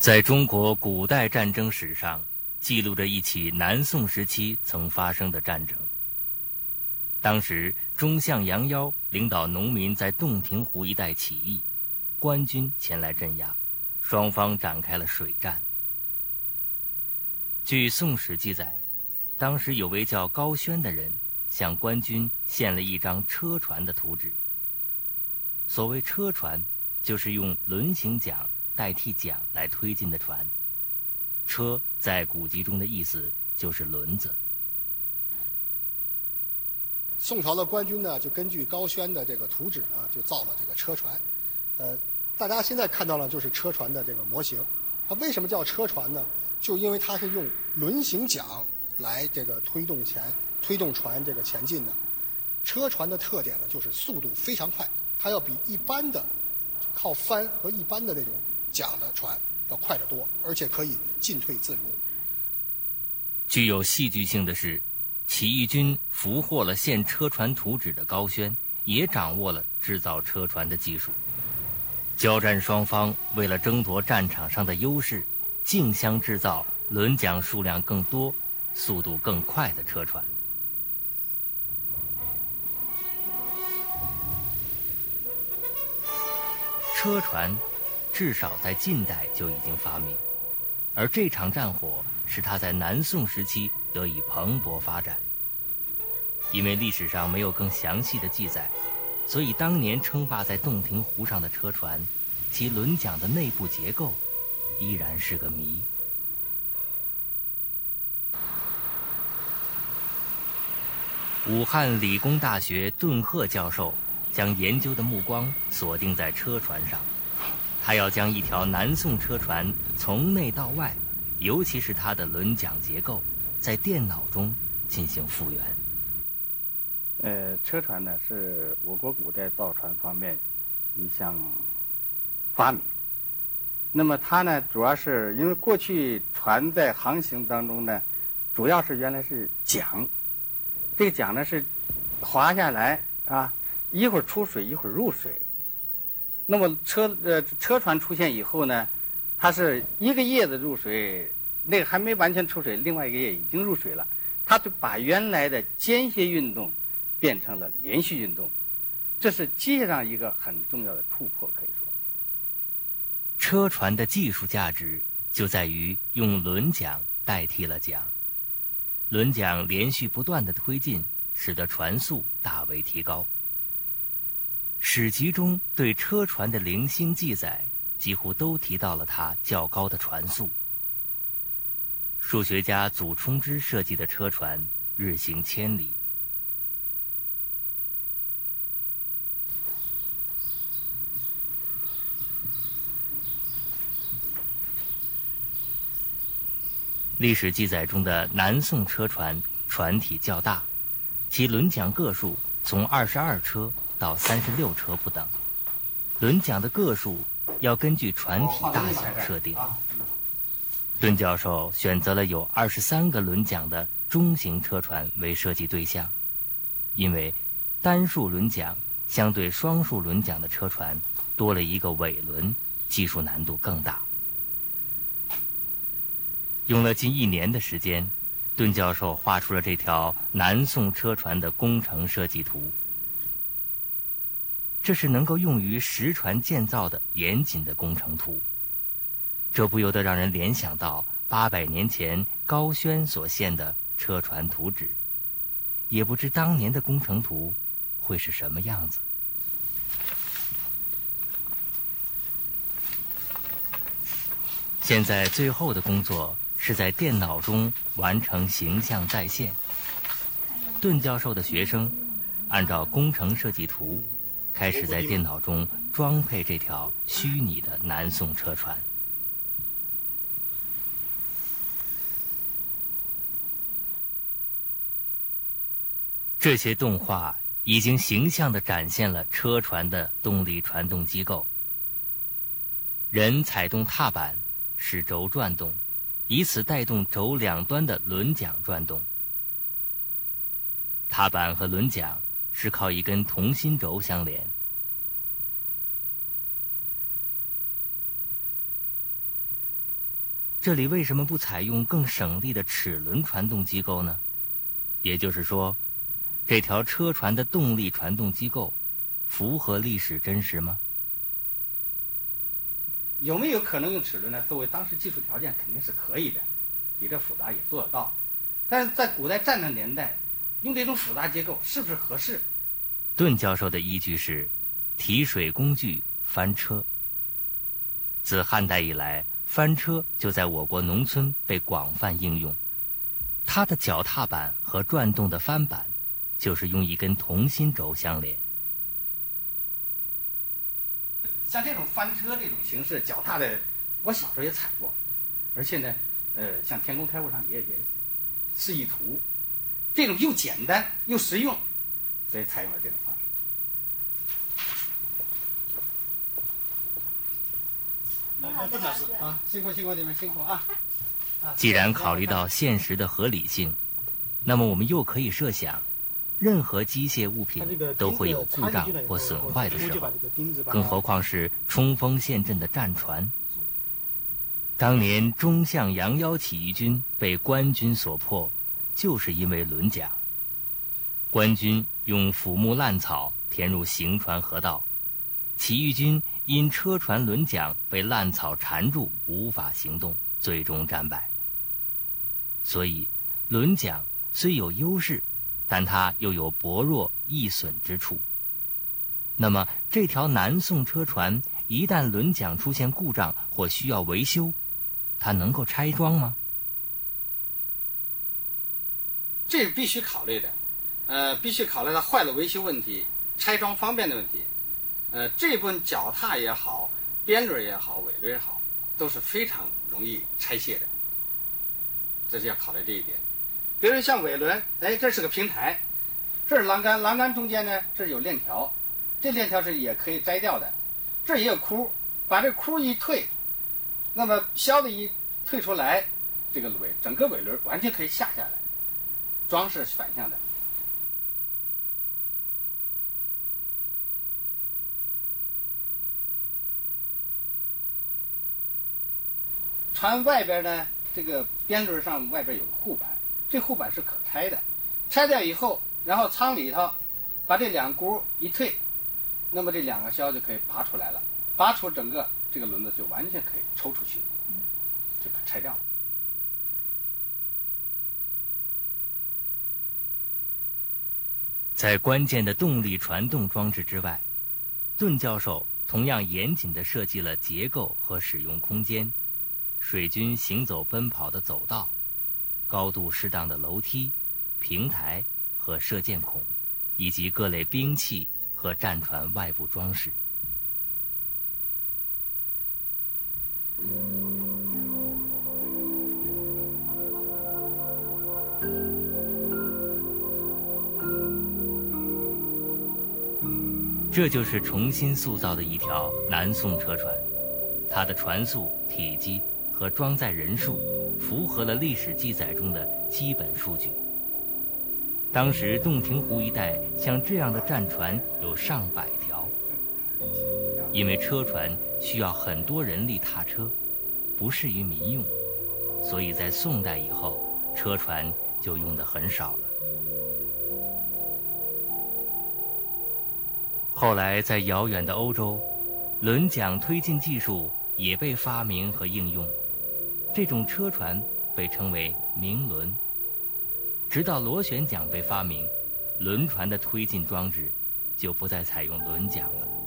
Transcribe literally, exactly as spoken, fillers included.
在中国古代战争史上，记录着一起南宋时期曾发生的战争。当时，中相杨妖领导农民在洞庭湖一带起义，官军前来镇压，双方展开了水战。据《宋史》记载，当时有位叫高轩的人向官军献了一张车船的图纸。所谓车船，就是用轮形桨代替桨来推进的船。车在古籍中的意思就是轮子。 宋朝的官军呢，就根据高轩的这个图纸呢，就造了这个车船。呃，大家现在看到了就是车船的这个模型。它为什么叫车船呢？就因为它是用轮形桨来这个推动前推动船这个前进的。车船的特点呢，就是速度非常快，它要比一般的靠帆和一般的那种桨的船要快得多，而且可以进退自如。 具有戏剧性的是，起义军俘获了献车船图纸的高轩，也掌握了制造车船的技术。交战双方为了争夺战场上的优势，竞相制造轮桨数量更多、速度更快的车船。车船至少在近代就已经发明，而这场战火使它在南宋时期得以蓬勃发展。因为历史上没有更详细的记载，所以当年称霸在洞庭湖上的车船，其轮桨的内部结构依然是个谜。武汉理工大学顿赫教授将研究的目光锁定在车船上，他要将一条南宋车船从内到外，尤其是它的轮桨结构，在电脑中进行复原。 呃，车船呢是我国古代造船方面一项发明。那么它呢，主要是因为过去船在航行当中呢，主要是原来是桨，这个桨呢是滑下来啊，一会儿出水一会儿入水。那么车呃车船出现以后呢，它是一个叶子入水，那个还没完全出水，另外一个叶已经入水了，它就把原来的间歇运动变成了连续运动，这是机械上一个很重要的突破，可以说。 车船的技术价值就在于用轮桨代替了桨，轮桨连续不断的推进，使得船速大为提高。史籍中对车船的零星记载几乎都提到了它较高的船速。数学家祖冲之设计的车船日行千里。历史记载中的南宋车船船体较大，其轮桨个数从二十二车到三十六车不等，轮桨的个数要根据船体大小设定。顿教授选择了有二十三个轮桨的中型车船为设计对象，因为单数轮桨相对双数轮桨的车船多了一个尾轮，技术难度更大。用了近一年的时间，顿教授画出了这条南宋车船的工程设计图。这是能够用于实船建造的严谨的工程图，这不由得让人联想到八百年前高轩所献的车船图纸，也不知当年的工程图会是什么样子。现在最后的工作是在电脑中完成形象再现。顿教授的学生按照工程设计图，开始在电脑中装配这条虚拟的南宋车船。这些动画已经形象地展现了车船的动力传动机构。人踩动踏板，使轴转动，以此带动轴两端的轮桨转动。踏板和轮桨是靠一根同心轴相连。 这里为什么不采用更省力的齿轮传动机构呢？也就是说，这条车船的动力传动机构符合历史真实吗？ 有没有可能用齿轮呢？作为当时技术条件，肯定是可以的，比这复杂也做得到。但是在古代战争年代，用这种复杂结构是不是合适？ 顿教授的依据是提水工具翻车。自汉代以来，翻车就在我国农村被广泛应用。它的脚踏板和转动的翻板，就是用一根同心轴相连。 像这种翻车这种形式，脚踏的，我小时候也踩过，而且呢，呃，像天工开物上也也示意图，这种又简单又实用，所以采用了这种方式。 你好，邓老师啊，辛苦辛苦你们辛苦啊！ 既然考虑到现实的合理性，那么我们又可以设想，任何机械物品都会有故障或损坏的时候，更何况是冲锋陷阵的战船。当年中向杨腰起义军被官军所破，就是因为轮桨。官军用腐木烂草填入行船河道，起义军因车船轮桨被烂草缠住，无法行动，最终战败。所以，轮桨虽有优势，但它又有薄弱易损之处。那么，这条南宋车船一旦轮桨出现故障或需要维修，它能够拆装吗？ 这是必须考虑的，呃，必须考虑到坏了维修问题、拆装方便的问题。呃，这部分脚踏也好，边轮也好，尾轮也好，都是非常容易拆卸的，这是要考虑这一点。比如像尾轮，哎，这是个平台，这是栏杆，栏杆中间呢这有链条，这链条是也可以摘掉的，这也有箍，把这箍一退，那么销的一退出来，这个尾整个尾轮完全可以下下来，装是反向的。船外边呢，这个边轮上外边有个护板，这护板是可拆的，拆掉以后，然后舱里头把这两箍一退，那么这两个销就可以拔出来了，拔出整个这个轮子就完全可以抽出去，就可拆掉了。 在关键的动力传动装置之外，顿教授同样严谨地设计了结构和使用空间。水军行走奔跑的走道，高度适当的楼梯、平台和射箭孔，以及各类兵器和战船外部装饰。这就是重新塑造的一条南宋车船，它的船速、体积和装载人数符合了历史记载中的基本数据。当时洞庭湖一带像这样的战船有上百条，因为车船需要很多人力踏车，不适于民用，所以在宋代以后，车船就用得很少了。后来在遥远的欧洲，轮桨推进技术也被发明和应用，这种车船被称为鸣轮。直到螺旋桨被发明，轮船的推进装置就不再采用轮桨了。